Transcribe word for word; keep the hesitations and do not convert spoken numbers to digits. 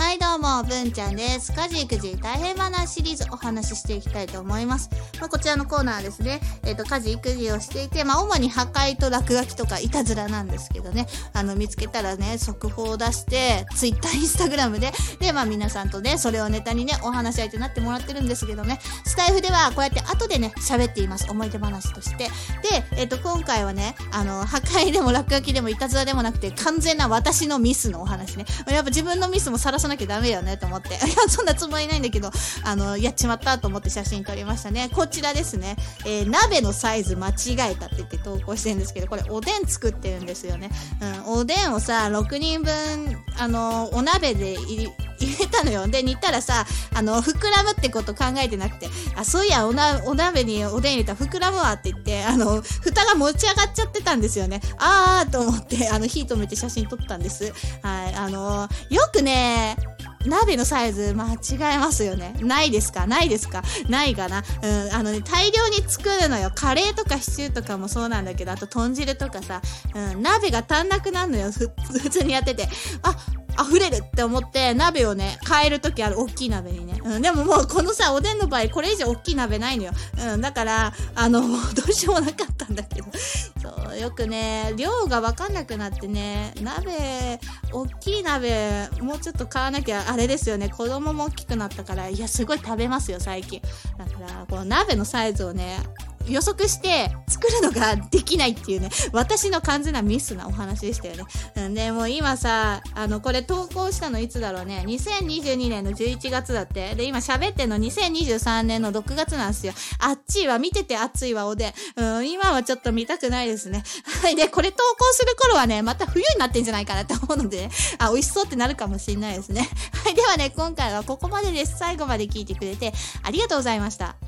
はいどうも、文ちゃんです。家事育児大変マナーシリーズお話ししていきたいと思います。まあ、こちらのコーナーですね、えっと、家事育児をしていて、まあ、主に破壊と落書きとかいたずらなんですけどね、あの、見つけたらね、速報を出して、Twitter、Instagram で、で、まあ、皆さんとね、それをネタにね、お話し相手になってもらってるんですけどね、スタイフではこうやって後でね、喋っています。思い出話として。で、えっと、今回はね、あの、破壊でも落書きでもいたずらでもなくて、完全な私のミスのお話ね。やっぱ自分のミスもさらさなきゃダメよねと思って。いや、そんなつもりないんだけど、あの、やっちまったと思って写真撮りましたね。こちらですね。えー、鍋のサイズ間違えたって言って投稿してるんですけど、これおでん作ってるんですよね。うん、おでんをさ、ろくにんぶん、あの、お鍋で入れ、入れたのよ。で、煮たらさ、あの、膨らむってこと考えてなくて、あ、そういや、おな、お鍋におでん入れたら膨らむわって言って、あの、蓋が持ち上がっちゃってたんですよね。あーと思って、あの、火止めて写真撮ったんです。はい、あの、よくね、鍋のサイズ間違えますよね。ないですかないですかないかな。うん、あのね、大量に作るのよ。カレーとかシチューとかもそうなんだけど、あと豚汁とかさ、うん、鍋が足んなくなるのよ。ふ、普通にやってて。あ、溢れるって思って鍋をね変えるときある。大きい鍋にね、うん、でももうこのさおでんの場合これ以上大きい鍋ないのよ、うん、だからあのもうどうしようもなかったんだけどそうよくね量が分かんなくなってね鍋大きい鍋もうちょっと買わなきゃあれですよね。子供も大きくなったからいやすごい食べますよ最近。だからこの鍋のサイズをね予測して作るのができないっていうね、私の完全なミスなお話でしたよね。うん、で、もう今さ、あの、これ投稿したのいつだろうね。にせんにじゅうにねんのじゅういちがつだって。で、今喋ってんのにせんにじゅうさんねんのろくがつなんですよ。あっちいわ、見てて熱いわ、おでん。うん、今はちょっと見たくないですね。はい。で、これ投稿する頃はね、また冬になってんじゃないかなって思うので、ね、あ、美味しそうってなるかもしれないですね。はい。ではね、今回はここまでです。最後まで聞いてくれてありがとうございました。